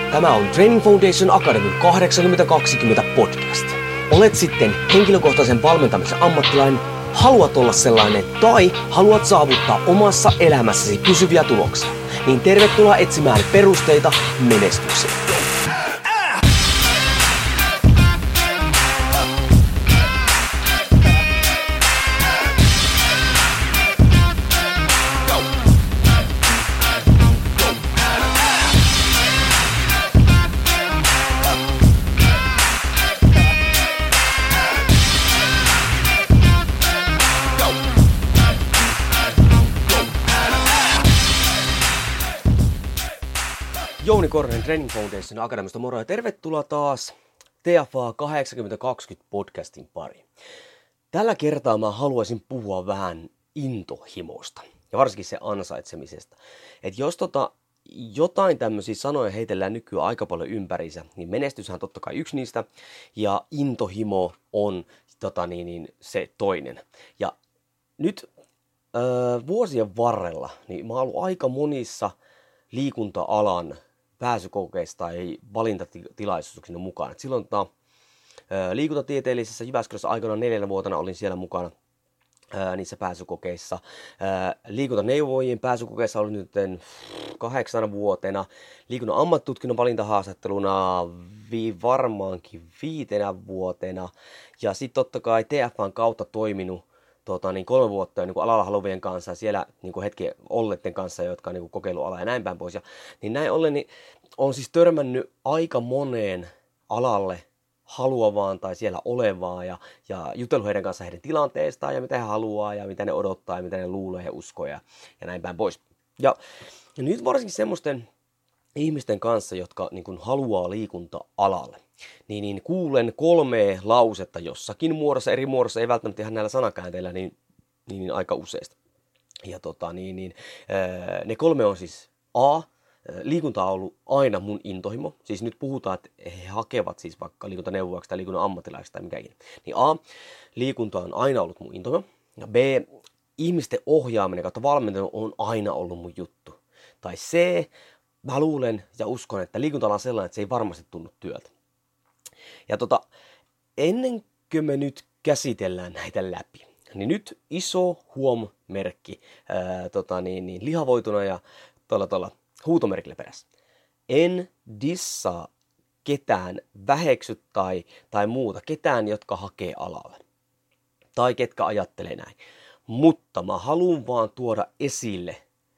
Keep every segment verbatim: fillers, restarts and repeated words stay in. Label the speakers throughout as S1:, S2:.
S1: Tämä on Training Foundation Academy kahdeksankymmentä kaksikymmentä podcast. Olet sitten henkilökohtaisen valmentamisen ammattilainen, haluat olla sellainen tai haluat saavuttaa omassa elämässäsi pysyviä tuloksia, niin tervetuloa etsimään perusteita menestykseen. Jouni Korhonen Training Foundation Academista moro ja tervetuloa taas T F A kahdeksankymmentä kaksikymmentä podcastin pariin. Tällä kertaa mä haluaisin puhua vähän intohimosta ja varsinkin se ansaitsemisesta. Et jos tota, jotain tämmöisiä sanoja heitellään nykyään aika paljon ympärinsä, niin menestyshän on totta kai yksi niistä ja intohimo on tota, niin, niin, se toinen. Ja nyt öö, vuosien varrella niin mä oon ollut aika monissa liikunta-alan pääsykokeista tai valintatilaisuuksina mukana. Et silloin tota, liikuntatieteellisessä Jyväskylässä aikana neljänä vuotena olin siellä mukana ää, niissä pääsykokeissa. Ää, liikuntaneuvojien pääsykokeissa olin nyt kahdeksana vuotena. Liikunnan ammattitutkinnon valintahaastatteluna vi, varmaankin viitenä vuotena. Ja sitten totta kai T F A:n kautta toiminut Tota, niin kolme vuotta niin kuin alalla haluavien kanssa ja siellä niin kuin hetki olleiden kanssa, jotka on niin kuin kokeiluala ja näin päin pois. Ja, niin näin ollen niin on siis törmännyt aika moneen alalle haluavaan tai siellä olevaan ja, ja jutellut heidän kanssa heidän tilanteestaan ja mitä he haluaa ja mitä ne odottaa ja mitä ne luulee ja uskoo ja, ja näin päin pois. Ja, ja nyt varsinkin semmoisten ihmisten kanssa, jotka niin kuin haluaa liikunta-alalle, niin, niin kuulen kolme lausetta jossakin muodossa, eri muodossa, ei välttämättä ihan näillä sanakäänteillä, niin, niin, niin aika useasti. Ja tota, niin, niin, ää, ne kolme on siis A, liikunta on ollut aina mun intohimo. Siis nyt puhutaan, että he hakevat siis vaikka liikuntaneuvojaksi tai liikunnan ammattilaiseksi tai mikä ikinä. Niin A, liikunta on aina ollut mun intohimo. Ja B, ihmisten ohjaaminen kautta valmentaminen on aina ollut mun juttu. Tai C, mä luulen ja uskon, että liikunta on sellainen, että se ei varmasti tunnu työltä. Ja tota, ennen kuin me nyt käsitellään näitä läpi, niin nyt iso huom-merkki ää, tota, niin, niin, lihavoituna ja tuolla, tuolla huutomerkillä perässä. En dissaa ketään, väheksy tai, tai muuta, ketään, jotka hakee alalle. Tai ketkä ajattelee näin. Mutta mä haluan vaan tuoda esille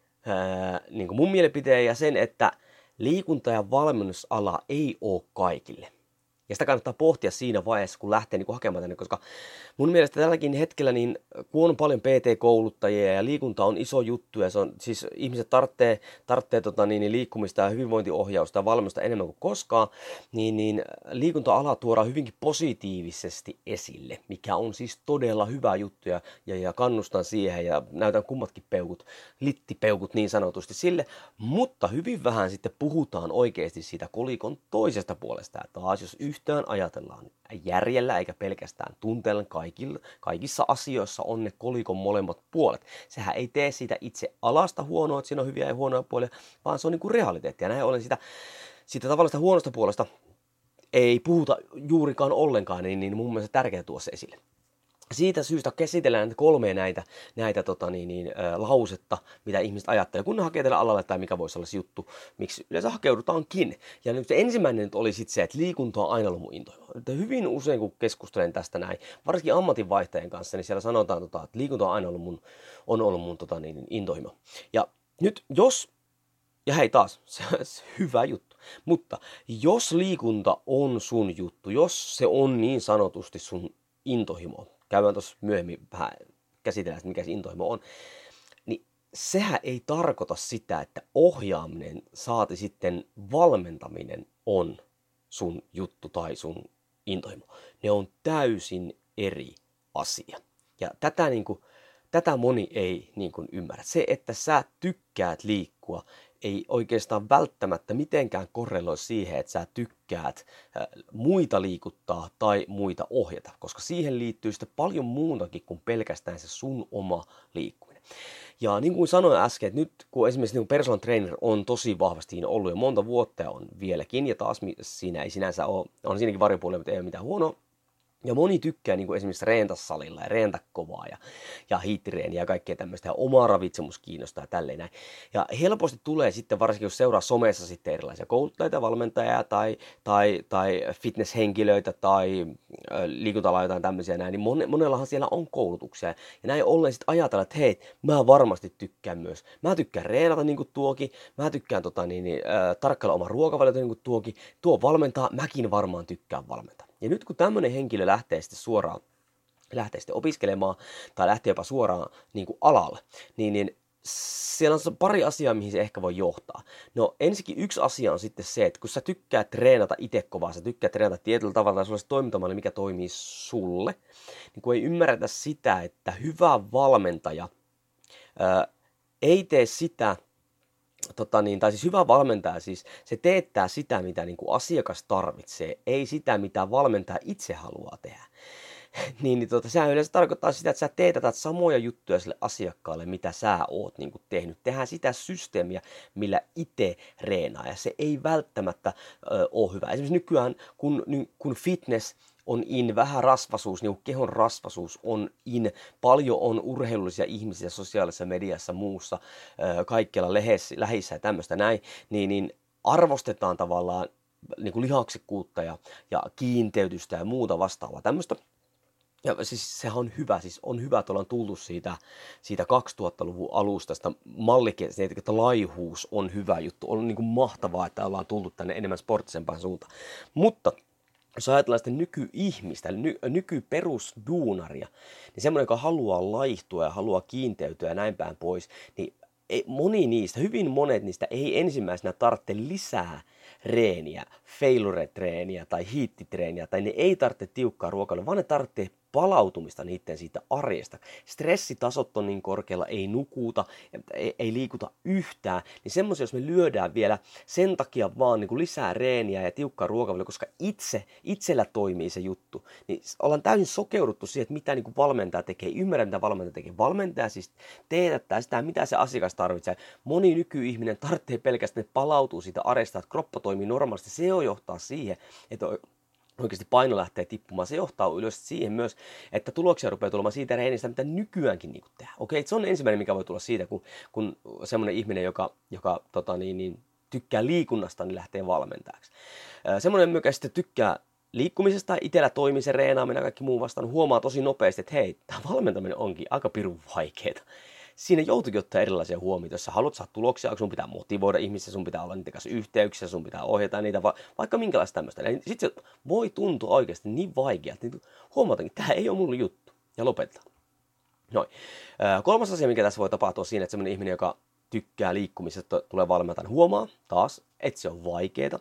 S1: ää, niin kuin mun mielipiteen ja sen, että liikunta- ja valmennusala ei ole kaikille. Ja sitä kannattaa pohtia siinä vaiheessa, kun lähtee niin kuin hakemaan tänne, koska mun mielestä tälläkin hetkellä, niin kun on paljon P T-kouluttajia ja liikunta on iso juttu, ja se on, siis ihmiset tarvitsee, tarvitsee tota, niin, liikkumista ja hyvinvointiohjausta ja valmennusta enemmän kuin koskaan, niin, niin liikunta-ala tuodaan hyvinkin positiivisesti esille, mikä on siis todella hyvä juttu, ja, ja, ja kannustan siihen, ja näytän kummatkin peukut, littipeukut niin sanotusti sille, mutta hyvin vähän sitten puhutaan oikeasti siitä kolikon toisesta puolesta, ja taas jos yhtään ajatellaan järjellä eikä pelkästään tunteella, kaikilla, kaikissa asioissa on ne kolikon molemmat puolet. Sehän ei tee siitä itse alasta huonoa, että siinä on hyviä ja huonoja puolia, vaan se on niin kuin realiteetti. Ja näin ollen sitä, sitä tavallista huonosta puolesta ei puhuta juurikaan ollenkaan, niin, niin mun mielestä tärkeää tuoda se esille. Siitä syystä käsitellään näitä kolmea näitä, näitä tota niin, niin, ä, lausetta, mitä ihmiset ajattelee, kun ne hakee tälle alalle tai mikä voisi olla se juttu, miksi yleensä hakeudutaankin. Ja nyt se ensimmäinen nyt oli sitten se, että liikunta on aina ollut mun intohimo. Hyvin usein kun keskustelen tästä näin, varsinkin ammatinvaihtajien kanssa, niin siellä sanotaan, tota, että liikunta on aina ollut mun, on ollut mun tota, niin, intohimo. Ja nyt jos, ja hei taas, se on hyvä juttu, mutta jos liikunta on sun juttu, jos se on niin sanotusti sun intohimo, käydään tuossa myöhemmin vähän käsitellään, että mikä se intohimo on, niin sehän ei tarkoita sitä, että ohjaaminen saati sitten valmentaminen on sun juttu tai sun intohimo. Ne on täysin eri asia. Ja tätä, niin kuin, tätä moni ei niin kuin ymmärrä. Se, että sä tykkäät liikkua, ei oikeastaan välttämättä mitenkään korreloi siihen, että sä tykkäät muita liikuttaa tai muita ohjata, koska siihen liittyy sitten paljon muutakin kuin pelkästään se sun oma liikkuminen. Ja niin kuin sanoin äsken, että nyt kun esimerkiksi niin personal trainer on tosi vahvasti ollut jo monta vuotta ja on vieläkin, ja taas siinä ei sinänsä ole, on siinäkin varjopuolia, mutta ei ole mitään huonoa. Ja moni tykkää niin kuin esimerkiksi reenta salilla ja reenta kovaa ja, ja hiittireeniä ja kaikkea tämmöistä. Ja oma ravitsemus kiinnostaa ja tälleen näin. Ja helposti tulee sitten, varsinkin jos seuraa somessa sitten erilaisia kouluttajia, valmentajia tai, tai, tai fitnesshenkilöitä tai äh, liikuntala jotain tämmöisiä näin, niin mon, monellahan siellä on koulutuksia. Ja näin ollen sitten ajatella, että hei, mä varmasti tykkään myös. Mä tykkään reenata niin kuin tuokin, mä tykkään tota, niin, niin, äh, tarkkailla omaa ruokavaliota niin kuin tuokin, tuo valmentaa, mäkin varmaan tykkään valmentaa. Ja nyt kun tämmöinen henkilö lähtee sitten suoraan lähtee sitten opiskelemaan tai lähtee jopa suoraan niin kuin alalle, niin, niin siellä on pari asiaa, mihin se ehkä voi johtaa. No ensinnäkin yksi asia on sitten se, että kun sä tykkää treenata itse kovaa, sä tykkää treenata tietyllä tavalla tai sulla on se toimintamalli, mikä toimii sulle, niin kun ei ymmärretä sitä, että hyvä valmentaja ää, ei tee sitä, Tota niin, tai siis hyvä valmentaja siis, se teettää sitä, mitä niin kuin asiakas tarvitsee, ei sitä, mitä valmentaja itse haluaa tehdä. niin, niin tota, sehän yleensä tarkoittaa sitä, että sä teetätät samoja juttuja sille asiakkaalle, mitä sä oot niin kuin tehnyt. Tehdään sitä systeemiä, millä itse reenaa, ja se ei välttämättä ö, ole hyvä. Esimerkiksi nykyään, kun, kun fitness on in, vähän rasvasuus, niin kehon rasvasuus on in, paljon on urheilullisia ihmisiä sosiaalisessa mediassa, muussa, kaikkialla lehes, lähissä ja tämmöistä näin, niin, niin arvostetaan tavallaan niin kuin lihaksikkuutta ja, ja kiinteytystä ja muuta vastaavaa tämmöistä. Ja siis sehän on hyvä, siis on hyvä, että ollaan tultu siitä, siitä kaksituhattaluvun alusta, sitä mallikielistä, että laihuus on hyvä juttu, on niin kuin mahtavaa, että ollaan tultu tänne enemmän sporttisempaan suuntaan. Mutta jos ajatellaan sitä nykyihmistä, ny, nykyperusduunaria, niin semmoinen, joka haluaa laihtua ja haluaa kiinteytyä ja näin päin pois, niin ei, moni niistä, hyvin monet niistä ei ensimmäisenä tarvitse lisää reeniä, failure-treeniä tai hiittitreeniä, tai ne ei tarvitse tiukkaa ruokailua, vaan ne tarvitsee palautumista niiden siitä arjesta. Stressitasot on niin korkealla, ei nukuta, ei, ei liikuta yhtään, niin semmoisia, jos me lyödään vielä sen takia vaan niin kuin lisää reeniä ja tiukkaa ruokailua, koska itse, itsellä toimii se juttu, niin ollaan täysin sokeuduttu siihen, että mitä niin kuin valmentaja tekee, ymmärrä mitä valmentaja tekee. Valmentaja siis teetättää sitä, mitä se asiakas tarvitsee. Moni nykyihminen tarvitsee pelkästään, että palautuu siitä arjesta, että kroppa toimii normaalisti. Se jo johtaa siihen, että oikeasti paino lähtee tippumaan. Se johtaa ylös siihen myös, että tuloksia rupeaa tulemaan siitä reenistä, mitä nykyäänkin niin tehdään. Okei, se on ensimmäinen, mikä voi tulla siitä, kun, kun semmoinen ihminen, joka, joka tota niin, niin, tykkää liikunnasta, niin lähtee valmentajaksi. Semmoinen, mikä sitten tykkää liikkumisesta, itsellä toimii se reenaaminen ja kaikki muu vastaan, huomaa tosi nopeasti, että hei, tämä valmentaminen onkin aika pirun vaikeaa. Siinä joutuukin ottaa erilaisia huomioita. Jos sä haluat saada tuloksia, sun pitää motivoida ihmisiä, sun pitää olla niiden kanssa yhteyksissä, sun pitää ohjata niitä, va- vaikka minkälaista tämmöistä. Sitten se voi tuntua oikeasti niin vaikealta, niin huomataan, että tämä ei ole mun juttu. Ja lopetetaan. Noin. Kolmas asia, mikä tässä voi tapahtua siinä, että semmoinen ihminen, joka tykkää liikkumisesta, tulee valmentamaan, huomaa taas, että se on vaikeaa.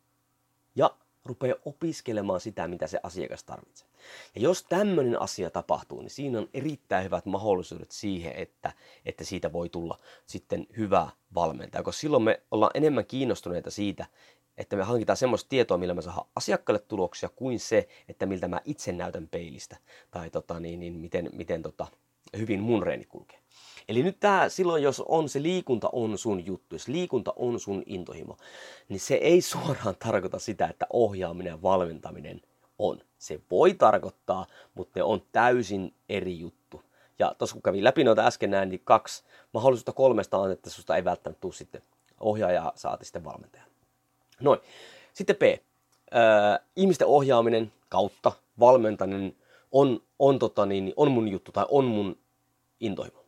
S1: Ja rupeaa opiskelemaan sitä, mitä se asiakas tarvitsee. Ja jos tämmöinen asia tapahtuu, niin siinä on erittäin hyvät mahdollisuudet siihen, että, että siitä voi tulla sitten hyvä valmentaja. Koska silloin me ollaan enemmän kiinnostuneita siitä, että me hankitaan semmoista tietoa, millä me saadaan asiakkaalle tuloksia, kuin se, että miltä mä itse näytän peilistä. Tai tota, niin, niin, miten, miten tota, hyvin mun reeni kulkee. Eli nyt tää, silloin, jos on se liikunta on sun juttu, jos liikunta on sun intohimo, niin se ei suoraan tarkoita sitä, että ohjaaminen ja valmentaminen on. Se voi tarkoittaa, mutta ne on täysin eri juttu. Ja tuossa kun kävin läpi noita äsken näin, niin kaksi mahdollisuutta kolmesta on, että susta ei välttämättä tule sitten ohjaaja saati sitten valmentaja. Noin. Sitten B. Öö, ihmisten ohjaaminen kautta valmentaminen on, on, tota niin, on mun juttu tai on mun intohimo.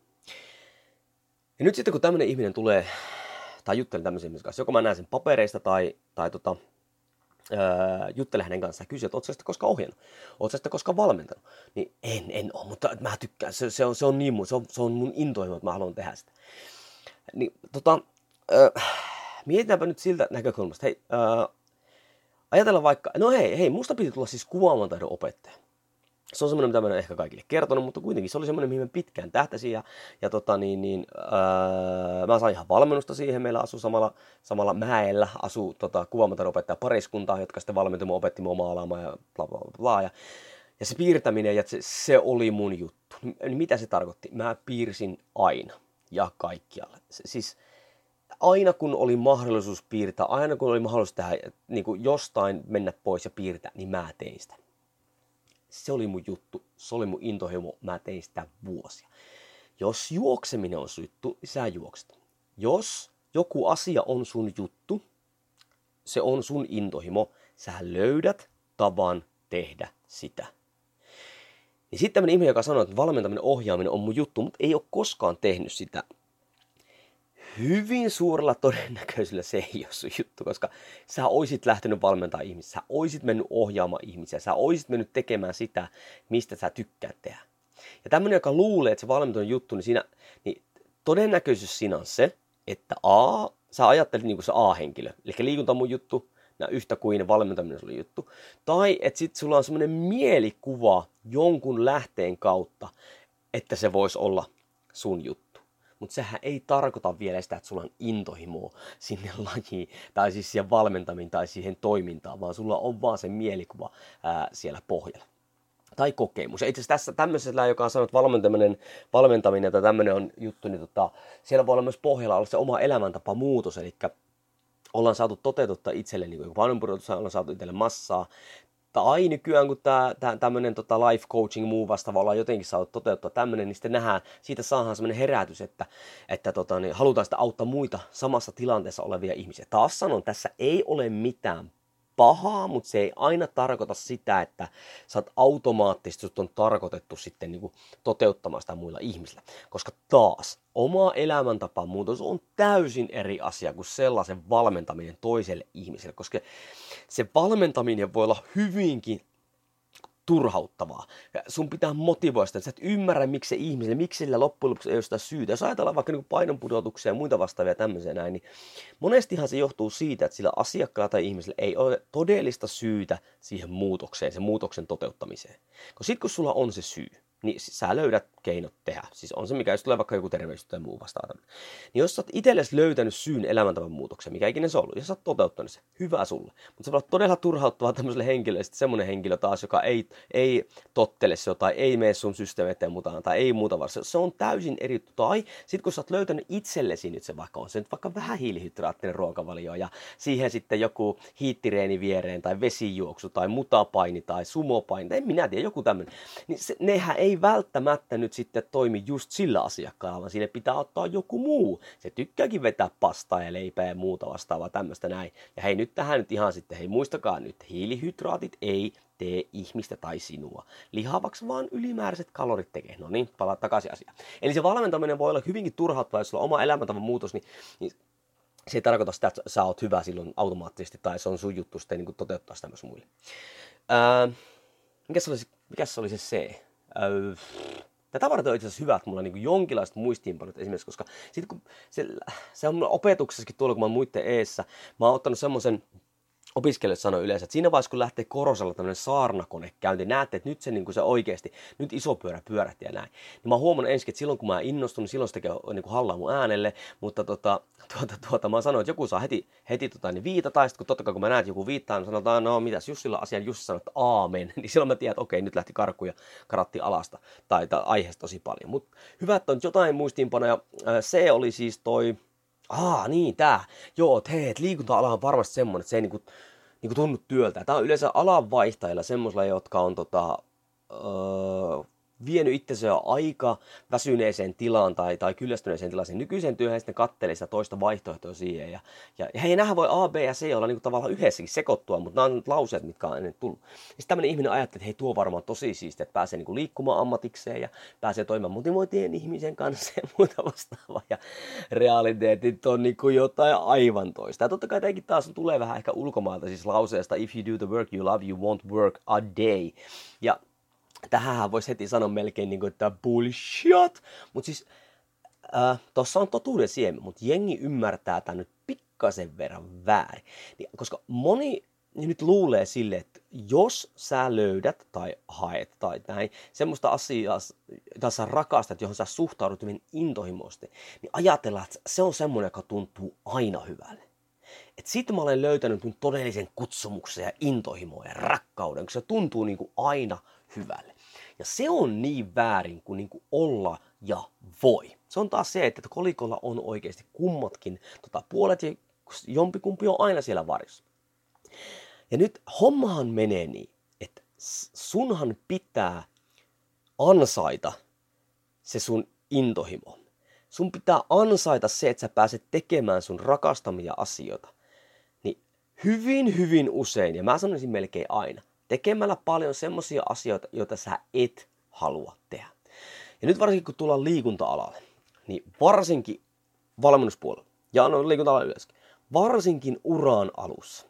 S1: Ja nyt sitten kun tämmöinen ihminen tulee, tai juttelen tämmöisen ihmisen kanssa, joko mä näen sen papereista tai, tai tota, öö, juttelen hänen kanssaan ja kysyn, että ootko sä sitä koskaan ohjannut? Ootko sä sitä koskaan valmentanut? Niin en, en ole, mutta mä tykkään, se, se, on, se on niin mun, se on, se on mun intohimo, että mä haluan tehdä sitä. Niin tota, öö, mietitäänpä nyt siltä näkökulmasta, hei, öö, ajatellaan vaikka, no hei, hei, musta piti tulla siis kuvaamaan taidon opettaja. Se on semmoinen, mitä mä en ole ehkä kaikille kertonut, mutta kuitenkin se oli semmoinen, mihin mä pitkään tähtäsin. Ja, ja tota, niin, niin, öö, mä sain ihan valmennusta siihen. Meillä asui samalla, samalla mäellä asui tota, kuvaamataidon-opettaja pariskuntaa, jotka sitten valmentui, mä opetti mun omaa alaamaa ja bla bla bla. bla. Ja, ja se piirtäminen, ja se, se oli mun juttu. Mitä se tarkoitti? Mä piirsin aina. ja kaikkialle. Siis aina kun oli mahdollisuus piirtää, aina kun oli mahdollisuus tehdä, niin kuin jostain mennä pois ja piirtää, niin mä tein sitä. Se oli mun juttu, se oli mun intohimo, mä tein sitä vuosia. Jos juokseminen on sun juttu, niin sä juokset. Jos joku asia on sun juttu, se on sun intohimo, sä löydät tavan tehdä sitä. Ja sitten tämmöinen ihminen, joka sanoo, että valmentaminen, ohjaaminen on mun juttu, mutta ei ole koskaan tehnyt sitä. Hyvin suurella todennäköisyydellä se ei ole sun juttu, koska sä oisit lähtenyt valmentamaan ihmisiä, sä oisit mennyt ohjaamaan ihmisiä, sä oisit mennyt tekemään sitä, mistä sä tykkäät tehdä. Ja tämmöinen, joka luulee, että se valmentaminen on juttu, niin, siinä, niin todennäköisyys siinä on se, että A, sä ajattelet niin kuin se A-henkilö, eli liikunta on mun juttu, ja yhtä kuin valmentaminen on sun juttu. Tai että sit sulla on semmoinen mielikuva jonkun lähteen kautta, että se voisi olla sun juttu. Mutta sehän ei tarkoita vielä sitä, että sulla on intohimoa sinne lajiin, tai siis siihen valmentamiin tai siihen toimintaan, vaan sulla on vaan se mielikuva ää, siellä pohjalla. Tai kokemus. Ja itse asiassa tässä tämmöisellä, joka on sanonut, että valmentaminen, valmentaminen tai tämmöinen on juttu, niin tota, siellä voi olla myös pohjalla olla se oma elämäntapa muutos, eli ollaan saatu toteuttaa itselle niin kuin painonpudotus, ollaan saatu itselle massaa, tai nykyään, kun tämä tämmöinen tota life coaching muu vastaava ollaan jotenkin saatu toteuttaa tämmöinen, niin sitten nähdään, siitä saadaan semmoinen herätys, että, että tota, niin halutaan sitä auttaa muita samassa tilanteessa olevia ihmisiä. Taas sanon, tässä ei ole mitään pahaa, mutta se ei aina tarkoita sitä, että sä oot automaattisesti, sut on tarkoitettu sitten niin kuin toteuttamaan sitä muilla ihmisillä. Koska taas, oma elämäntapaan muutos on täysin eri asia kuin sellaisen valmentaminen toiselle ihmiselle, koska se valmentaminen voi olla hyvinkin turhauttavaa. Sun pitää motivoida sitä, että sä et ymmärrä, miksi se ihmiselle, miksi sillä loppujen lopuksi ei ole sitä syytä. Jos ajatellaan vaikka niin painonpudotuksia ja muita vastaavia tämmöisiä näin, niin monestihan se johtuu siitä, että sillä asiakkaalla tai ihmisellä ei ole todellista syytä siihen muutokseen, sen muutoksen toteuttamiseen. Koska sit kun sulla on se syy, niin sä löydät keinot tehdä. Siis on se, mikä jos tulee vaikka joku terveys tai muu vastaava. Niin jos sä oot itsellesi löytänyt syyn elämäntavan muutokseen, mikä ikinä se on ollut, ja sä oot toteuttanut se, hyvä sulle. Mutta se voi olla todella turhauttavaa tämmöiselle henkilölle, sitten semmoinen henkilö taas, joka ei, ei tottele se tai ei mene sun systeemeiden mutaan, tai ei muuta varsin. Se on täysin eri. Tai sit kun sä oot löytänyt itsellesi nyt se vaikka on se nyt vaikka vähän hiilihydraattinen ruokavalio, ja siihen sitten joku hiittireeni viereen, tai vesijuoksu, tai mutapaini, tai sumopaini, tai en minä tiedä, joku tämmöinen. Niin se, nehän ei välttämättä nyt sitten toimi just sillä asiakkaalla, vaan sille pitää ottaa joku muu. Se tykkääkin vetää pastaa ja leipää ja muuta vastaavaa tämmöistä näin. Ja hei nyt tähän nyt ihan sitten, hei muistakaa nyt, hiilihydraatit ei tee ihmistä tai sinua lihavaksi, vaan ylimääräiset kalorit tekee. No niin, palaa takaisin asiaan. Eli se valmentaminen voi olla hyvinkin turhauttavaa, jos sulla on oma elämäntavan muutos, niin, niin se ei tarkoita sitä, että sä oot hyvä silloin automaattisesti, tai se on sun juttu sitten niin kuin toteuttaa sitä myös muille. Öö, mikä se oli, mikä se, oli se C? Öö, Tätä varten on itse asiassa hyvä, että mulla on niin jonkinlaiset muistiinpanot esimerkiksi, koska sit kun se, se on mulla opetuksessakin tuolla, kun mä oon muiden eessä, mä oon ottanut semmoisen, opiskelijat sanoo yleensä, että siinä vaiheessa, kun lähtee Korosella tämmöinen saarnakone käynti, näette, että nyt se, niin kuin se oikeasti, nyt iso pyörä pyörähti ja näin. Niin mä oon huomannut ensin, että silloin kun mä innostun, niin silloin se tekee niin kuin hallaa mun äänelle, mutta tota, tuota, tuota, mä sanoin, että joku saa heti, heti tota, niin viitata, ja sitten kun totta kai kun mä näen, että joku viittaa, niin sanotaan, no mitäs Jussilla asian, Jussi sanoo, että aamen, niin silloin mä tiedän, että okei, nyt lähti karkku ja karatti alasta, tai, tai aiheesta tosi paljon. Mutta hyvä, että on jotain muistiinpanoja. Se oli siis toi, aa niin, tää, joo, että hei, että liikunta-ala on varmasti semmoinen, että se ei niinku, niin kuin tunnu työltä. Tämä on yleensä alanvaihtajilla semmoisilla, jotka on tota, öö, vienyt itsensä jo aika väsyneeseen tilaan tai, tai kyllästyneeseen tilaan sen nykyiseen työhön, ja sitten kattelee sitä toista vaihtoehtoa siihen. Ja, ja, ja hei, nämähän voi A, B ja C olla niin kuin tavallaan yhdessäkin sekoittua, mutta nämä on nyt lauseet, mitkä on ennen tullut. Ja sitten tämmöinen ihminen ajattelee, että hei, tuo varmaan tosi siistiä, että pääsee niin kuin liikkumaan ammatikseen ja pääsee toimimaan motivoitien ihmisen kanssa ja muuta vastaavaa. Ja realiteetit on niin kuin jotain aivan toista. Ja totta kai tämäkin taas tulee vähän ehkä ulkomailta, siis lauseesta if you do the work you love, you won't work a day. Ja tähänhän voisi heti sanoa melkein niin kuin, että bullshit, mutta siis äh, tuossa on totuuden siemen, mutta jengi ymmärtää tämän nyt pikkasen verran väärin. Niin, koska moni nyt luulee sille, että jos sä löydät tai haet tai näin semmoista asiaa, jota sä rakastat, johon sä suhtaudut hyvin intohimoisesti, niin ajatellaan, että se on semmoinen, joka tuntuu aina hyvälle. Että sitten mä olen löytänyt nyt todellisen kutsumuksen ja intohimoa ja rakkauden, kun se tuntuu niin kuin aina hyvälle. Ja se on niin väärin kuin, niin kuin olla ja voi. Se on taas se, että kolikolla on oikeasti kummatkin tota, puolet ja jompikumpi on aina siellä varjossa. Ja nyt hommahan menee niin, että sunhan pitää ansaita se sun intohimo. Sun pitää ansaita se, että sä pääset tekemään sun rakastamia asioita. Niin hyvin, hyvin usein, ja mä sanoisin melkein aina, tekemällä paljon semmosia asioita, joita sä et halua tehdä. Ja nyt varsinkin kun tullaan liikunta-alalle, niin varsinkin valmennuspuolella, ja no liikunta-alalla ylöskin, varsinkin uran alussa,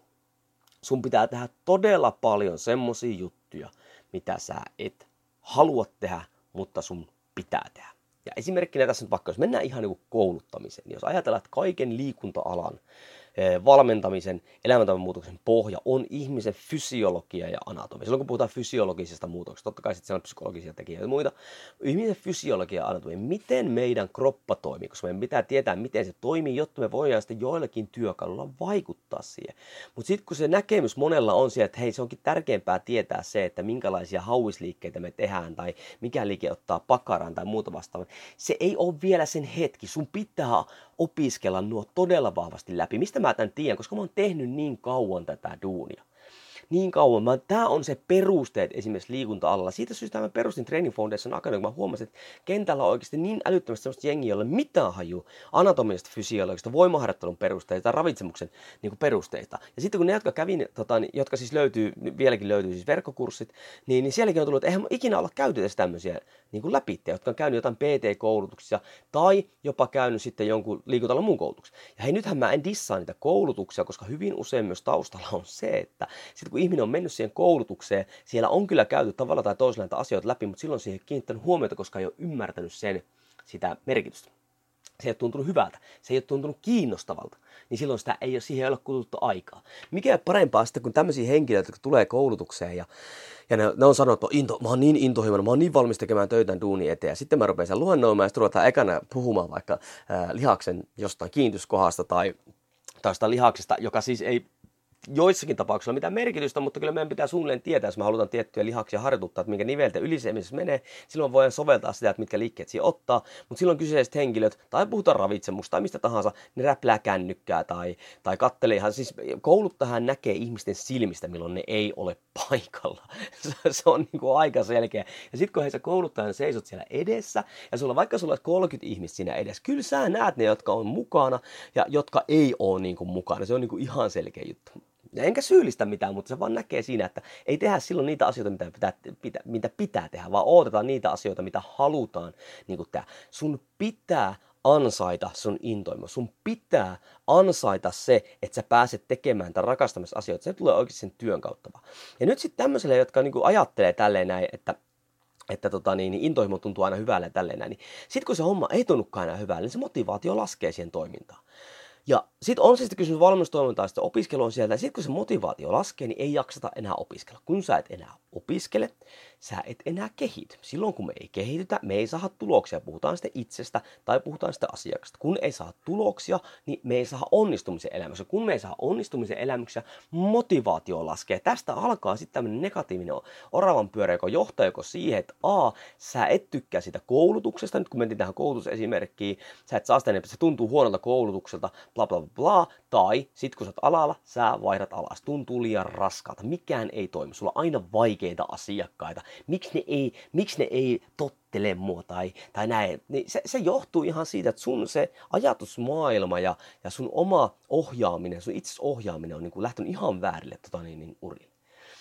S1: sun pitää tehdä todella paljon semmosia juttuja, mitä sä et halua tehdä, mutta sun pitää tehdä. Ja esimerkkinä tässä nyt vaikka, jos mennään ihan niin kuin kouluttamiseen, niin jos ajatellaan, että kaiken liikunta-alan valmentamisen, elämäntavan muutoksen pohja on ihmisen fysiologia ja anatomia. Silloin kun puhutaan fysiologisesta muutoksesta, totta kai sitten siellä on psykologisia tekijöitä ja muita. Ihmisen fysiologia ja anatomia, miten meidän kroppa toimii, koska meidän pitää tietää, miten se toimii, jotta me voidaan sitten joillakin työkaluilla vaikuttaa siihen. Mutta sitten kun se näkemys monella on siellä, että hei, se onkin tärkeämpää tietää se, että minkälaisia hauisliikkeitä me tehdään tai mikä liike ottaa pakaraan tai muuta vastaavaa. Se ei ole vielä sen hetki. Sun pitää opiskella nuo todella vahvasti läpi. Mistä mä tämän tiedän? Koska mä oon tehnyt niin kauan tätä duunia. Niin kauan. Mä, tää on se perusteet esimerkiksi liikunta-alalla. Siitä syystä mä perustin Training Foundation Academy, kun mä huomasin, että kentällä on oikeasti niin älyttömästi sellaista jengiä, jolla ei mitään haju anatomisesta, fysiologisesta, voimaharjoittelun perusteista tai ravitsemuksen niin kuin perusteista. Ja sitten kun ne, jotka kävin, tota, jotka siis löytyy, vieläkin löytyy siis verkkokurssit, niin, niin sielläkin on tullut, että eihän ikinä olla käyty edes tämmöisiä niin kuin läpi, jotka on käynyt jotain P T-koulutuksia tai jopa käynyt sitten jonkun liikuntalan muun koulutuksen. Ja hei, nythän mä en dissaa niitä koulutuksia, koska hyvin usein myös taustalla on se, että sitten kun ihminen on mennyt siihen koulutukseen, siellä on kyllä käyty tavalla tai toisella näitä asioita läpi, mutta silloin siihen ei kiinnittänyt huomiota, koska ei ole ymmärtänyt sen sitä merkitystä. Se ei ole tuntunut hyvältä, se ei ole tuntunut kiinnostavalta, niin silloin sitä ei ole, siihen ei ole kuluttu aikaa. Mikä parempaa sitten, kun tämmöisiä henkilöitä, jotka tulee koulutukseen ja, ja ne, ne on sanonut, että into, mä oon niin intohimoinen, mä oon niin valmis tekemään töitä duunin eteen. Ja sitten mä rupean sen luennoimaan ja sitten ruvetaan ekana puhumaan vaikka ää, lihaksen jostain kiinnityskohdasta tai, tai jostain lihaksesta, joka siis ei joissakin tapauksissa on mitään merkitystä, mutta kyllä meidän pitää suunnilleen tietää, jos me halutaan tiettyjä lihaksia harjoituttaa, että minkä nivelten ylisemisessä menee, silloin voidaan soveltaa sitä, että mitkä liikkeet siihen ottaa, mutta silloin kyseiset henkilöt, tai puhutaan ravitsemusta tai mistä tahansa, ne räplää kännykkää tai, tai kattelee ihan, siis kouluttajahan näkee ihmisten silmistä, milloin ne ei ole paikalla. Se on niin kuin aika selkeä. Ja sitten kun he sä kouluttajan seisot siellä edessä, ja sulla vaikka sulla on kolmekymmentä ihmistä siinä edessä, kyllä sä näet ne, jotka on mukana, ja jotka ei ole niin kuin mukana. Se on niin kuin ihan selkeä juttu. Ja enkä syyllistä mitään, mutta se vaan näkee siinä, että ei tehdä silloin niitä asioita, mitä pitää, pitää, mitä pitää tehdä, vaan odotetaan niitä asioita, mitä halutaan niin kuin tehdä. Sun pitää ansaita sun intoimo. Sun pitää ansaita se, että sä pääset tekemään tämän rakastamisen asioita. Se tulee oikeasti sen työn kautta vaan. Ja nyt sitten tämmöiselle, jotka niin kuin ajattelee tälleen näin, että että tota, niin, niin intohimo tuntuu aina hyvälle ja tälleen näin, niin sitten kun se homma ei tunnukaan aina hyvälle, niin se motivaatio laskee siihen toimintaan. Ja sitten on se sitten kysymys valmennustoimintaa, sitten opiskelu on sieltä, ja sitten kun se motivaatio laskee, niin ei jaksata enää opiskella. Kun sä et enää opiskele, sä et enää kehity. Silloin kun me ei kehitytä, me ei saa tuloksia. Puhutaan sitten itsestä tai puhutaan sitten asiakasta. Kun ei saa tuloksia, niin me ei saa onnistumisen elämässä. Kun me ei saa onnistumisen elämässä, motivaatio laskee. Tästä alkaa sitten tämmöinen negatiivinen oravan pyörä, joka johtaa joko siihen, että a, sä et tykkää sitä koulutuksesta. Nyt kun mentiin tähän koulutusesimerkkiin, sä et saa sitä, että se tuntuu huonolta koulutukselta, bla bla bla, tai sit kun sä oot alalla, sä vaihdat alas. Tuntuu liian raskaalta. Mikään ei toimi. Sulla on aina vaikeita asiakkaita. Miksi ne ei, miksi ne ei tottele mua tai, tai näin. Niin se, se johtuu ihan siitä, että sun se ajatusmaailma ja, ja sun oma ohjaaminen, sun itse ohjaaminen on niin kuin lähtenyt ihan väärille tota niin, niin urille.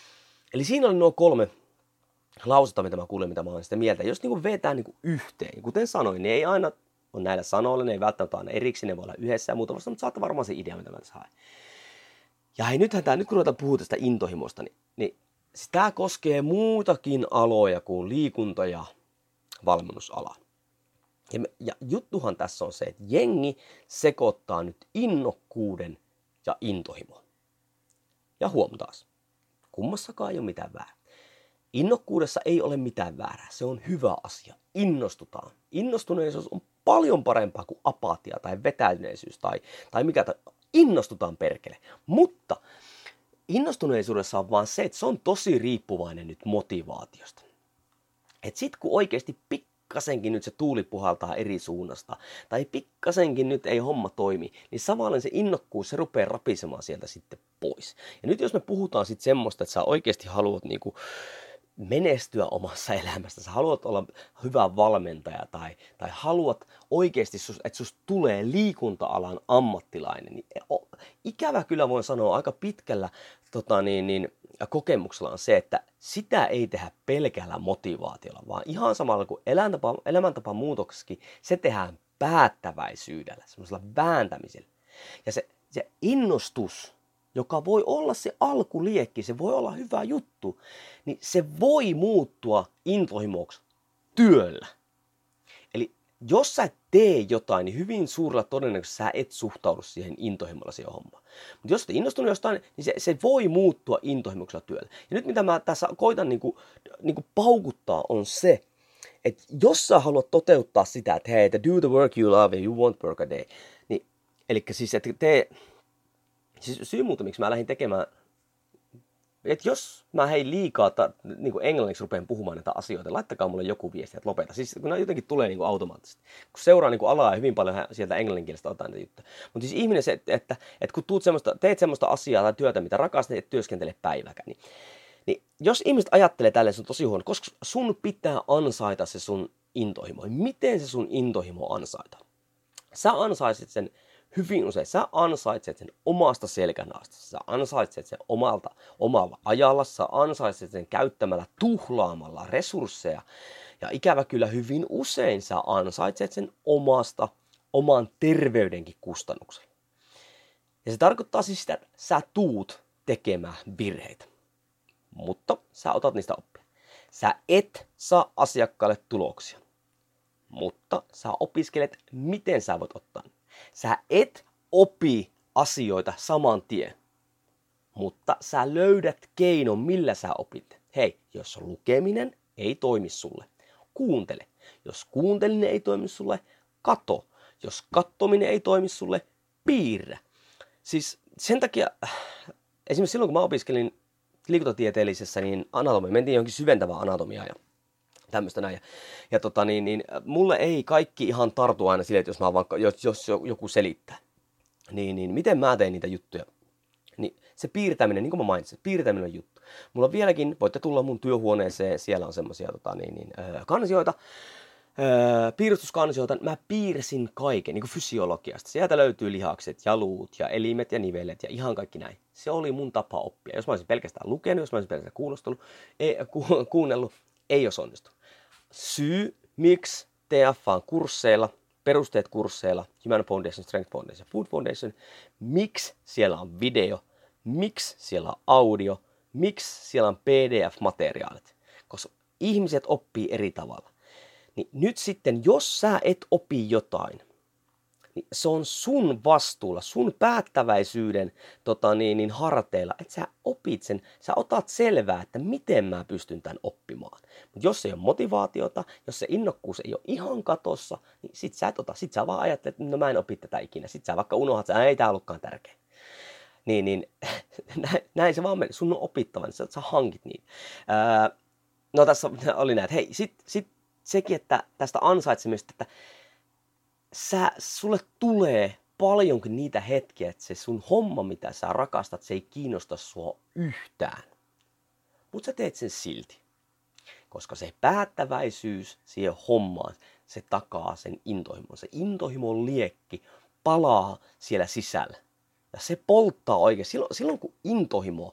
S1: Eli siinä oli nuo kolme lausetta, mitä mä kuulin, mitä mä oon sitä mieltä. Jos niin kuin vetää niin kuin yhteen, kuten sanoin, niin ei aina on näillä sanoilla, ne ei välttämättä aina erikseen, ne voi olla yhdessä ja muuta vasta, mutta saatte varmaan se idea, mitä mä tässä haen. Ja hei, nythän tää, nyt kun ruvetaan puhua tästä intohimosta, niin, niin siis tämä koskee muutakin aloja kuin liikunta- ja valmennusala. Ja, me, ja juttuhan tässä on se, että jengi sekoittaa nyt innokkuuden ja intohimon. Ja huom taas, kummassakaan ei ole mitään väärää. Innokkuudessa ei ole mitään väärää, se on hyvä asia. Innostutaan. Innostuneisuus on paljon parempaa kuin apatia tai vetäytyneisyys tai, tai mikä tai innostutaan perkele. Mutta innostuneisuudessa on vaan se, että se on tosi riippuvainen nyt motivaatiosta. Et sit kun oikeasti pikkasenkin nyt se tuuli puhaltaa eri suunnasta, tai pikkasenkin nyt ei homma toimi, niin samalla se innokkuus, se rupeaa rapisemaan sieltä sitten pois. Ja nyt jos me puhutaan sitten semmoista, että sä oikeasti haluat niinku menestyä omassa elämässä, sä haluat olla hyvä valmentaja tai, tai haluat oikeasti, että susta tulee liikunta-alan ammattilainen, niin ikävä kyllä voin sanoa aika pitkällä tota niin, niin, kokemuksella on se, että sitä ei tehdä pelkällä motivaatiolla, vaan ihan samalla kuin elämäntapa, elämäntapa muutoksessakin, se tehdään päättäväisyydellä, semmoisella vääntämisellä. Ja se, se innostus, joka voi olla se alkuliekki, se voi olla hyvä juttu, niin se voi muuttua intohimoksi työllä. Eli jos sä et tee jotain, niin hyvin suurella todennäköisesti sä et suhtaudu siihen intohimolla siihen hommaan. Mutta jos sä et innostunut jostain, niin se, se voi muuttua intohimoksella työllä. Ja nyt mitä mä tässä koitan niinku, niinku paukuttaa on se, että jos sä haluat toteuttaa sitä, että hei, do the work you love and you won't work a day, niin eli siis että tee. Siis syy muuta, miksi mä lähdin tekemään, että jos mä hei liikaa ta, niin kuin englanniksi rupean puhumaan näitä asioita, laittakaa mulle joku viesti, että lopeta. Siis kun nämä jotenkin tulee niin kuin automaattisesti. Kun seuraa niin kuin alaa ja hyvin paljon sieltä englanninkielistä otetaan näitä juttuja. Mutta siis ihminen se, että, että, että kun tuut semmoista, teet semmoista asiaa tai työtä, mitä rakastat, et työskentele päiväkään, niin, niin jos ihmiset ajattelee tälleen, se on tosi huono, koska sun pitää ansaita se sun intohimo. Miten se sun intohimo ansaita? Sä ansaisit sen hyvin usein. Sä ansaitset sen omasta selkänahasta, sä ansaitset sen omalta, omalla ajalla, sä ansaitset sen käyttämällä, tuhlaamalla resursseja. Ja ikävä kyllä hyvin usein sä ansaitset sen omasta, oman terveydenkin kustannuksella. Ja se tarkoittaa siis sitä, että sä tuut tekemään virheitä, mutta sä otat niistä oppia. Sä et saa asiakkaalle tuloksia, mutta sä opiskelet, miten sä voit ottaa. Sä et opi asioita saman tien, mutta sä löydät keinon, millä sä opit. Hei, jos lukeminen ei toimi sulle, kuuntele. Jos kuunteleminen ei toimi sulle, kato. Jos kattominen ei toimi sulle, piirrä. Siis sen takia, esimerkiksi silloin kun mä opiskelin liikuntatieteellisessä, niin anatomia, mentiin johonkin syventävään anatomiaan ja tämmöistä näin. Ja, ja tota niin, niin mulle ei kaikki ihan tartu aina sille, että jos, mä vaikka, jos, jos joku selittää, niin, niin miten mä teen niitä juttuja. Niin se piirtäminen, niin kuin mä mainitsin, piirtäminen on juttu. Mulla on vieläkin, voitte tulla mun työhuoneeseen, siellä on semmosia tota niin, niin, äh, kansioita, äh, piirustuskansioita. Mä piirsin kaiken, niin kuin fysiologiasta. Sieltä löytyy lihakset, jaluut ja elimet ja nivelet ja ihan kaikki näin. Se oli mun tapa oppia. Jos mä olisin pelkästään lukenut, jos mä olisin pelkästään kuulostellut, ei, ku, kuunnellut, ei olisi onnistunut. Syy, miksi T F A:n kursseilla, perusteet kursseilla, Human Foundation, Strength Foundation, Food Foundation, miksi siellä on video, miksi siellä on audio, miksi siellä on P D F-materiaalit, koska ihmiset oppii eri tavalla. Niin nyt sitten, jos sä et opi jotain, niin se on sun vastuulla, sun päättäväisyyden tota niin, niin harteilla, että sä opit sen, sä otat selvää, että miten mä pystyn tämän oppimaan. Mutta jos ei ole motivaatiota, jos se innokkuus ei ole ihan katossa, niin sit sä et ota, sit sä vaan ajattelet, että no mä en opi tätä ikinä. Sit sä vaikka unohdat, että ei tää ollutkaan tärkeä. Niin, niin näin se vaan meni. Sun on opittava, niin sä, sä hankit niitä. Öö, no tässä oli näin, että hei, sit, sit sekin, että tästä ansaitsemista, että Sä, sulle tulee paljonkin niitä hetkiä, että se sun homma, mitä sä rakastat, se ei kiinnosta sua yhtään. Mutta sä teet sen silti. Koska se päättäväisyys siihen hommaan, se takaa sen intohimon. Se intohimon liekki palaa siellä sisällä. Ja se polttaa oikein. Silloin, silloin kun intohimo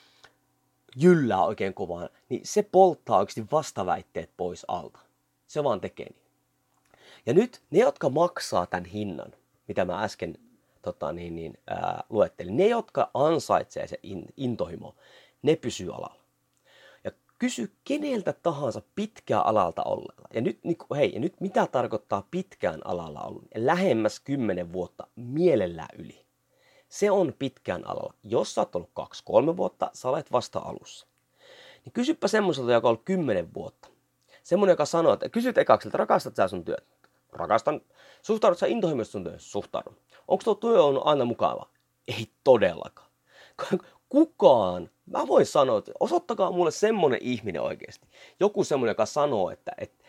S1: jyllää oikein kovaa, niin se polttaa oikeasti vastaväitteet pois alta. Se vaan tekee niin. Ja nyt ne, jotka maksaa tämän hinnan, mitä mä äsken tota, niin, niin, ää, luettelin, ne, jotka ansaitsee se in, intohimo, ne pysyy alalla. Ja kysy keneltä tahansa pitkää alalta olleella. Ja nyt, niin, hei, ja nyt mitä tarkoittaa pitkään alalla ollut? Lähemmäs kymmenen vuotta, mielellään yli. Se on pitkään alalla. Jos sä oot ollut kaksi kolme vuotta, sä olet vasta alussa. Niin kysypä semmoiselta, joka on ollut kymmenen vuotta. Semmoinen, joka sanoo, että kysyt ekaksi, että rakastat sä sun työt? Rakastan. Suhtaudut sä intohimoisesti sun työhön? Suhtaudun. Onko tuo työ on aina mukava? Ei todellakaan. Kukaan, mä voin sanoa, että osoittakaa mulle semmonen ihminen oikeasti. Joku semmonen, joka sanoo, että, että,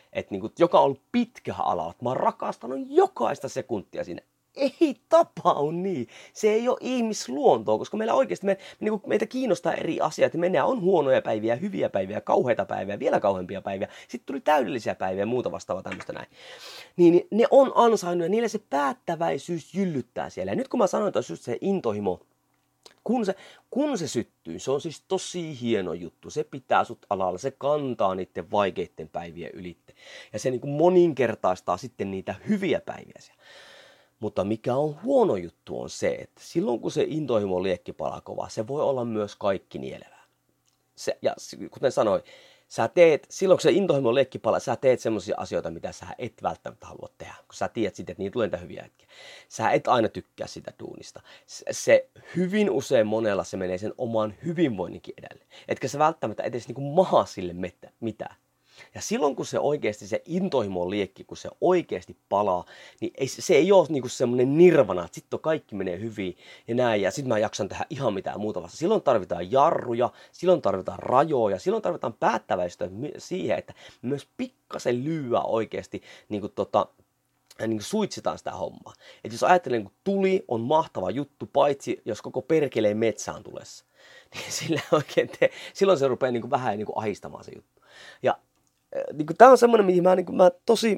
S1: että niin kuin, joka on ollut pitkä alalla. Mä oon rakastanut jokaista sekuntia siinä. Ei tapahdu niin. Se ei ole ihmisluontoa, koska meillä oikeasti me, me, niin kuin, meitä kiinnostaa eri asiat. Meillä on huonoja päiviä, hyviä päiviä, kauheita päiviä, vielä kauheampia päiviä. Sitten tuli täydellisiä päiviä ja muuta vastaavaa tämmöistä näin. Niin, niin ne on ansainnut ja niillä se päättäväisyys jyllyttää siellä. Ja nyt kun mä sanoin, että just se intohimo, kun se, kun se syttyy, se on siis tosi hieno juttu. Se pitää sut alalla, se kantaa niiden vaikeiden päivien ylitte. Ja se niin kuin moninkertaistaa sitten niitä hyviä päiviä siellä. Mutta mikä on huono juttu on se, että silloin kun se intohimo liekki palaa kova, se voi olla myös kaikki nielevää. Se, ja kuten sanoin, sä teet, silloin kun se intohimo liekki palaa, sä teet semmoisia asioita, mitä sä et välttämättä halua tehdä. Kun sä tiedät sitten, että niitä tulee niitä hyviä hetkiä. Sä et aina tykkää sitä duunista. Se, se hyvin usein monella se menee sen oman hyvinvoinninkin edelle. Etkä sä välttämättä edes niinku maha sille mitään. Ja silloin kun se oikeasti, se intohimo liekki, kun se oikeasti palaa, niin ei, se ei ole niinku semmoinen nirvana, että sitten kaikki menee hyvin ja näin, ja sitten mä jaksan tehdä ihan mitään muuta vasta. Silloin tarvitaan jarruja, silloin tarvitaan rajoja, silloin tarvitaan päättäväistä siihen, että myös pikkasen lyyä oikeasti niinku tota, niin kuin suitsitaan sitä hommaa. Että jos ajattelen, kun tuli on mahtava juttu, paitsi jos koko perkeleen metsään tulessa, niin sillä oikein te, silloin se rupeaa niin kuin vähän niin kuin ahistamaan se juttu. Ja niin kuin, tämä on semmoinen, mihin mä, niin kuin, mä tosi...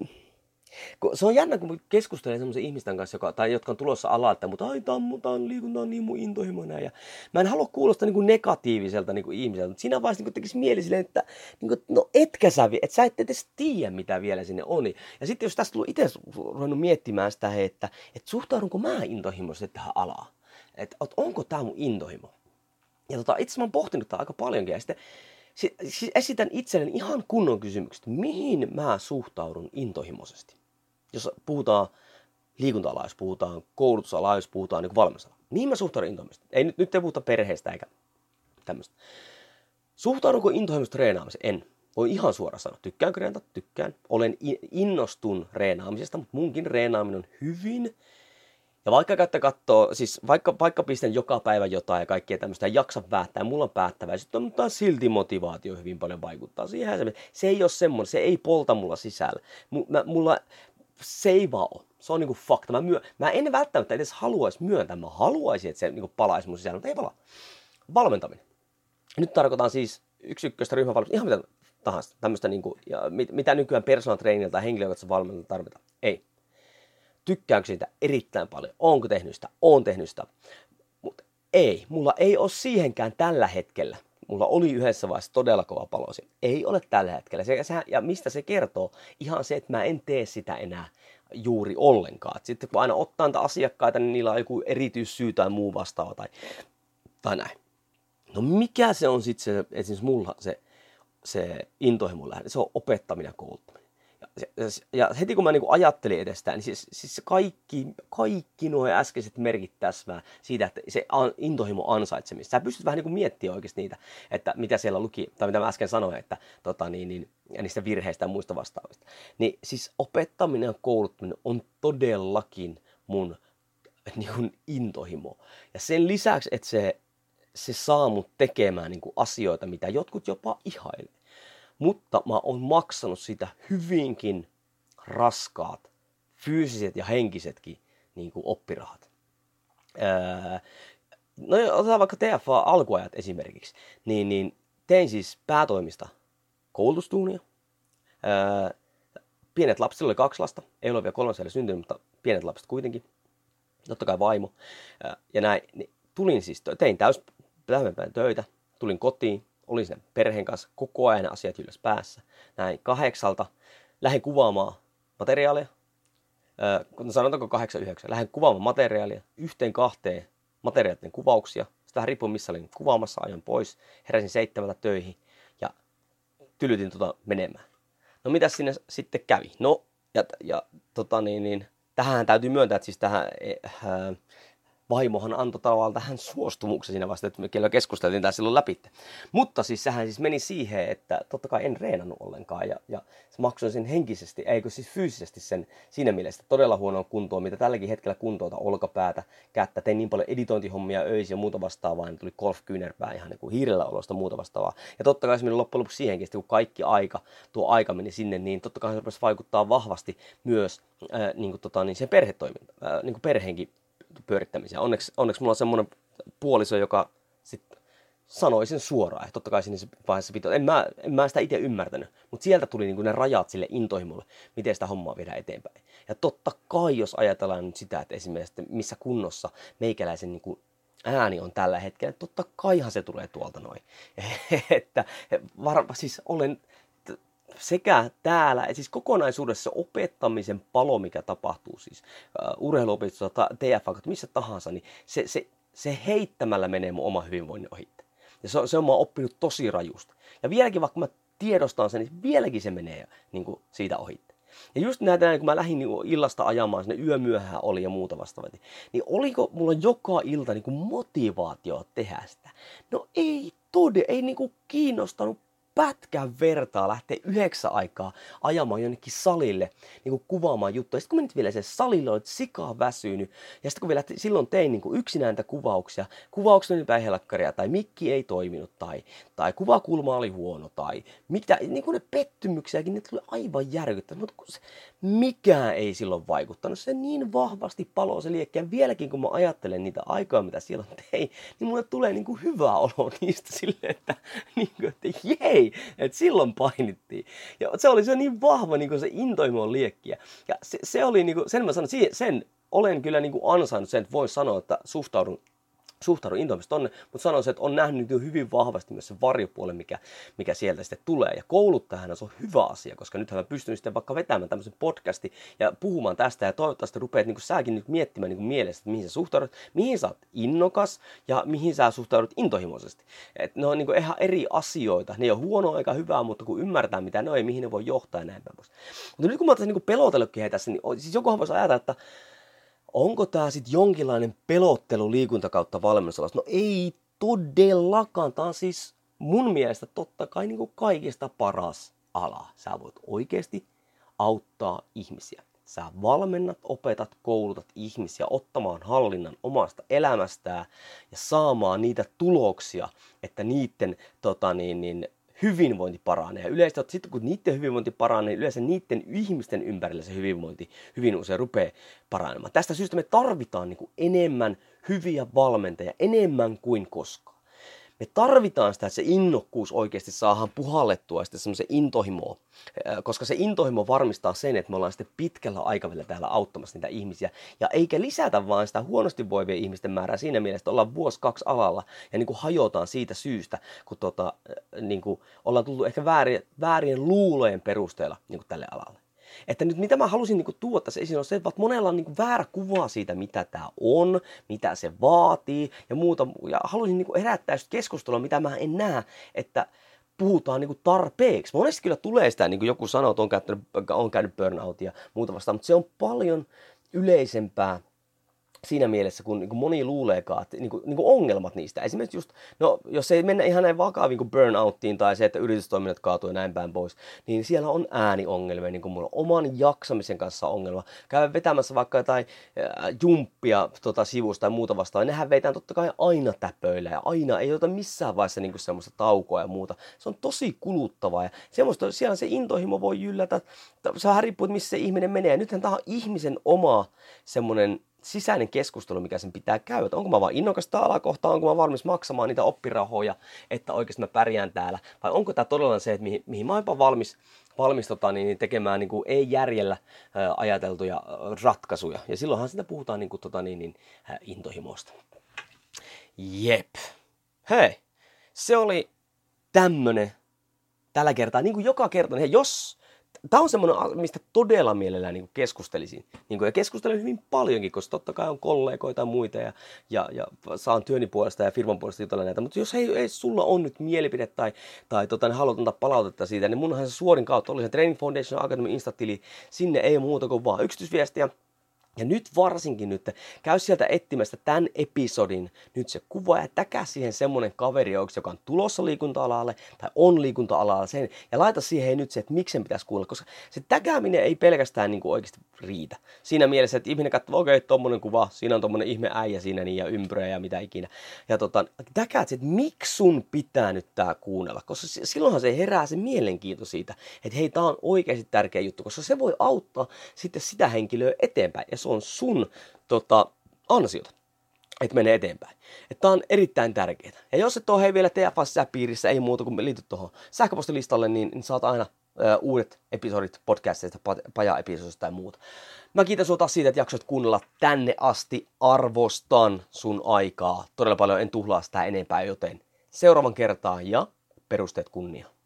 S1: Se on jännä, kun keskustelen semmoisen ihmisten kanssa, joka, tai jotka on tulossa alalta, mutta ai tammutaan, liikunta on niin mun intohimoinen. Ja mä en halua kuulostaa niin kuin negatiiviselta niin kuin ihmiseltä, mutta siinä vaiheessa niin tekisi mieli silleen, että niin kuin, no etkä sä, että sä et edes tiedä, mitä vielä sinne on. Ja sitten jos tästä tullut itse ruvennut miettimään sitä, että, että suhtaudunko mä intohimoisesti tähän alaan, että, että onko tämä mun intohimo. Ja tota, itse mä oon pohtinut tätä aika paljonkin, ja sitten siis esitän itselleni ihan kunnon kysymykset, mihin mä suhtaudun intohimoisesti. Jos puhutaan liikunta-alaa, jos puhutaan koulutusalaa, jos puhutaan niin valmennusalaa. Mihin mä suhtaudun intohimoisesti? Ei, nyt, nyt ei puhuta perheestä eikä tämmöistä. Suhtaudunko intohimoisesti treenaamiseen? En. Voin ihan suoraan sanoa. Tykkäänkö treenata? Tykkään. Olen innostun treenaamisesta, mutta munkin treenaaminen on hyvin. Ja vaikka käyttä kattoo, siis vaikka, vaikka pistän joka päivä jotain ja kaikkea tämmöistä, ja jaksa päättää, mulla on päättäväisyyttä, mutta silti motivaatio hyvin paljon vaikuttaa siihen. Se, se ei ole semmoinen, se ei polta mulla sisällä. Mä, mulla, se ei vaan ole. Se on niinku fakta. Mä, myö, mä en välttämättä edes haluaisi myöntää. Mä haluaisin, että se niinku palaisi mun sisällä, mutta ei palaa. Valmentaminen. Nyt tarkoitan siis yksi ykköstä ryhmävalmennusta, ihan mitä tahansa. Tämmöistä niinku, ja mit, mitä nykyään personal trainerilla tai henkilökohtaisessa valmennuksessa tarvitaan. Ei. Tykkäänkö siitä erittäin paljon? Onko tehnyt sitä? Oon tehnyt sitä. Mutta ei. Mulla ei ole siihenkään tällä hetkellä. Mulla oli yhdessä vaiheessa todella kova palosi. Ei ole tällä hetkellä. Se, se, ja mistä se kertoo? Ihan se, että mä en tee sitä enää juuri ollenkaan. Et sitten kun aina ottaa niitä asiakkaita, niin niillä on joku erityissyy tai muu vastaava tai, tai näin. No mikä se on sitten se, esimerkiksi mulla se, se intohimon lähde? Se on opettaminen ja kouluttaminen. Ja, ja heti kun mä niin ajattelin edestään, niin siis, siis kaikki, kaikki nuo äskeiset merkit täsmää siitä, että se intohimo ansaitsemista. Sä pystyt vähän niin miettimään oikeasti niitä, että mitä siellä luki, tai mitä mä äsken sanoin, että tota, niin, niin, ja niistä virheistä ja muista vastaavista. Niin siis opettaminen ja kouluttaminen on todellakin mun niin kuin intohimo. Ja sen lisäksi, että se, se saa mut tekemään niin kuin asioita, mitä jotkut jopa ihailee. Mutta mä oon maksanut sitä hyvinkin raskaat, fyysiset ja henkisetkin niin kuin oppirahat. Öö, no otetaan vaikka T F A-alkuajat esimerkiksi. Niin, niin tein siis päätoimista koulutustuunia. Öö, pienet lapset, oli kaksi lasta. Ei ole vielä kolmas vielä syntynyt, mutta pienet lapset kuitenkin. Totta kai vaimo. Öö, ja näin. Niin tulin siis, tein täyspäivän töitä. Tulin kotiin. Olin sen perheen kanssa koko ajan asiat ylös päässä. Näin kahdeksalta lähdin kuvaamaan materiaalia. Öö, sanotaanko kahdeksan yhdeksän. Lähdin kuvaamaan materiaalia yhteen kahteen materiaalien kuvauksia. Sitä vähän riippuu missä olin kuvaamassa, ajoin pois. Heräsin seitsemältä töihin ja tylytin tota menemään. No mitäs sinne sitten kävi? No ja, ja tota niin, niin tähän täytyy myöntää, että siis tähän... Äh, vaimohan antoi tavallaan tähän suostumuksen siinä vasta, että me kyllä keskusteltiin tää silloin läpi. Mutta siis sehän siis meni siihen, että totta kai en reenannut ollenkaan ja, ja maksoin sen henkisesti, eikö siis fyysisesti sen siinä mielessä todella huonoa kuntoa, mitä tälläkin hetkellä kuntouta olkapäätä, kättä, tein niin paljon editointihommia öisin ja muuta vastaavaa, niin tuli golf-kyynärpää ihan niin kuin hiirellä olosta muuta vastaavaa. Ja totta kai se meni loppujen lopuksi siihenkin, että kun kaikki aika, tuo aika meni sinne, niin totta kai se vaikuttaa vahvasti myös ää, niin kuin tota, niin sen perhetoimintaan, ää, niin kuin perheenkin pyörittämiseen. Onneksi, onneksi mulla on semmoinen puoliso, joka sitten sanoi sen suoraan. Että totta kai siinä vaiheessa pitää. En mä, en mä sitä itse ymmärtänyt, mutta sieltä tuli niinku ne rajat sille intohimolle, miten sitä hommaa viedään eteenpäin. Ja totta kai, jos ajatellaan nyt sitä, että esimerkiksi missä kunnossa meikäläisen niinku ääni on tällä hetkellä, totta kaihan se tulee tuolta noin. Että varma, siis olen sekä täällä, siis kokonaisuudessa opettamisen palo, mikä tapahtuu siis uh, urheiluopetuksessa, T F A, missä tahansa, niin se, se, se heittämällä menee mun oma hyvinvoinnin ohitte. Ja se, se on mä oppinut tosi rajusti. Ja vieläkin, vaikka mä tiedostan sen, niin vieläkin se menee niin kuin siitä ohitte. Ja just näitä, kun mä lähdin niin illasta ajamaan, sinne yömyöhään oli ja muuta vastaavaa, niin oliko mulla joka ilta niin kuin motivaatio tehdä sitä? No ei todella, ei niin kuin kiinnostanut pätkän vertaa lähteä yhdeksän aikaa ajamaan jonnekin salille niin kuin kuvaamaan juttuja. Sitten kun menit vielä sen salille, olet sikaa väsynyt. Ja sitten kun vielä silloin tein niin kuin yksinääntä kuvauksia, kuvaukset oli päihelakkaria tai mikki ei toiminut tai, tai kuvakulma oli huono tai mitä, niin kuin ne pettymyksiäkin, ne tuli aivan järkyttävät. Mutta mikään ei silloin vaikuttanut. Se niin vahvasti paloo se liekki. Ja vieläkin kun mä ajattelen niitä aikoja, mitä silloin tein, niin mulle tulee niin kuin hyvä olo niistä silleen, että, niin kuin, että jei, että silloin painittiin. Ja se oli se niin vahva niin kuin se intohimon liekkiä. Ja se, se oli, niin kuin, sen mä sanon, sen olen kyllä niin kuin ansainnut sen, että voin sanoa, että suhtaudun, suhtaudun intohimosta tonne, mutta sanoisin, että on nähnyt hyvin vahvasti myös se varjopuoli, mikä, mikä sieltä sitten tulee. Ja kouluttajana se on hyvä asia, koska nythän mä pystyn sitten vaikka vetämään tämmöisen podcastin ja puhumaan tästä, ja toivottavasti rupeat niin kuin säkin nyt miettimään niin kuin mielessä, että mihin sä suhtaudut, mihin sä oot innokas ja mihin sä suhtaudut intohimoisesti. Et ne on niin kuin ihan eri asioita. Ne ei ole huonoa eikä hyvää, mutta kun ymmärtää mitä ne on ja mihin ne voi johtaa ja näin päin pois. Mutta nyt kun mä oon tässä niin pelotellutkin heitä tässä, niin siis jokohan voisi ajatella, että onko tämä sitten jonkinlainen pelottelu liikunta kautta valmennusalassa? No ei todellakaan. Tämä on siis mun mielestä totta kai niin kuin kaikista paras ala. Sä voit oikeasti auttaa ihmisiä. Sä valmennat, opetat, koulutat ihmisiä ottamaan hallinnan omasta elämästään ja saamaan niitä tuloksia, että niiden tota niin, niin, hyvinvointi paranee. Ja yleensä sitten kun niiden hyvinvointi paranee, niin yleensä niiden ihmisten ympärillä se hyvinvointi hyvin usein rupeaa paranemaan. Tästä syystä me tarvitaan niin kuin enemmän hyviä valmentajia, enemmän kuin koskaan. Me tarvitaan sitä, että se innokkuus oikeasti saadaan puhallettua sitten semmoisen intohimoon, koska se intohimo varmistaa sen, että me ollaan sitten pitkällä aikavälillä täällä auttamassa niitä ihmisiä, ja eikä lisätä vaan sitä huonosti voivien ihmisten määrää siinä mielessä, että ollaan vuosi kaksi alalla ja niin kuin hajotaan siitä syystä, kun tota, niin kuin ollaan tullut ehkä väärien, väärien luulojen perusteella niin kuin tälle alalle. Että nyt mitä mä halusin niin kuin tuoda tässä esiin on se, että monella on niin kuin väärä kuva siitä, mitä tämä on, mitä se vaatii ja muuta. Ja halusin niin kuin herättää keskustelua, mitä mä en näe, että puhutaan niin kuin tarpeeksi. Monesti kyllä tulee sitä, niin kuin joku sanoo, että on, käyttänyt, on käynyt burnoutia ja muuta vastaan, mutta se on paljon yleisempää siinä mielessä, kun, niin kuin moni luuleekaan, että niin kuin, niin kuin ongelmat niistä. Esimerkiksi just, no jos ei mennä ihan näin vakaviin kuin burnouttiin tai se, että yritystoiminnat kaatuu ja näin päin pois, niin siellä on ääniongelmia, niin kuin mulla on oman jaksamisen kanssa ongelma. Käydä vetämässä vaikka jotain äh, jumppia tota, sivusta tai muuta vastaan, nehän veitään totta kai aina täpöillä ja aina ei ota missään vaiheessa niin kuin semmoista taukoa ja muuta. Se on tosi kuluttavaa ja semmoista, siellä se intohimo voi yllätä, se on riippuu, että missä se ihminen menee. Ja nythän tämä on ihmisen oma semmoinen sisäinen keskustelu, mikä sen pitää käydä. Onko mä vaan innokas tää alakohtaa, onko mä valmis maksamaan niitä oppirahoja, että oikeasti mä pärjään täällä, vai onko tämä todella se, että mihin, mihin mä oon valmis, valmis tota, niin, tekemään niin kuin ei järjellä ää, ajateltuja ää, ratkaisuja. Ja silloinhan sitä puhutaan niin kuin, tota, niin, niin, ää, intohimosta. Jep. Hei, se oli tämmönen tällä kertaa, niin kuin joka kerta. Hei, jos tämä on semmoinen, mistä todella mielellään niin keskustelisin. Niin kuin, ja keskustelen hyvin paljonkin, koska totta kai on kollegoita ja muita ja, ja, ja saan työni puolesta ja firman puolesta jutella näitä. Mutta jos ei, ei sulla on nyt mielipide tai, tai tota, niin haluat antaa palautetta siitä, niin munhan se suorin kautta oli se Training Foundation Academy Insta-tili. Sinne ei muuta kuin vaan yksityisviestiä. Ja nyt varsinkin nyt, käy sieltä etsimästä tämän episodin nyt se kuva ja täkää siihen semmonen kaveri, joka on tulossa liikunta-alalle tai on liikunta-alalla sen, ja laita siihen nyt se, että miksi sen pitäisi kuulla, koska se täkääminen ei pelkästään niin kuin oikeasti riitä. Siinä mielessä, että ihminen katsoo, okei, okay, tommonen kuva, siinä on tommonen ihme äijä siinä niin, ja ympyrä ja mitä ikinä. Ja tota, täkäät se, että miksi sun pitää nyt tää kuunnella, koska silloinhan se herää se mielenkiinto siitä, että hei, tää on oikeasti tärkeä juttu, koska se voi auttaa sitten sitä henkilöä eteenpäin. Ja se on sun tota, ansiota, että menee eteenpäin. Että tää on erittäin tärkeää. Ja jos et ole hei vielä T F S-piirissä, ei muuta kuin liity tuohon sähköpostilistalle, niin, niin saat aina ö, uudet episodit podcasteista, paja-episodista ja muuta. Mä kiitän sua taas siitä, että jaksoit kuunnella tänne asti. Arvostan sun aikaa. Todella paljon, en tuhlaa sitä enempää, joten seuraavan kertaan ja perusteet kunnia.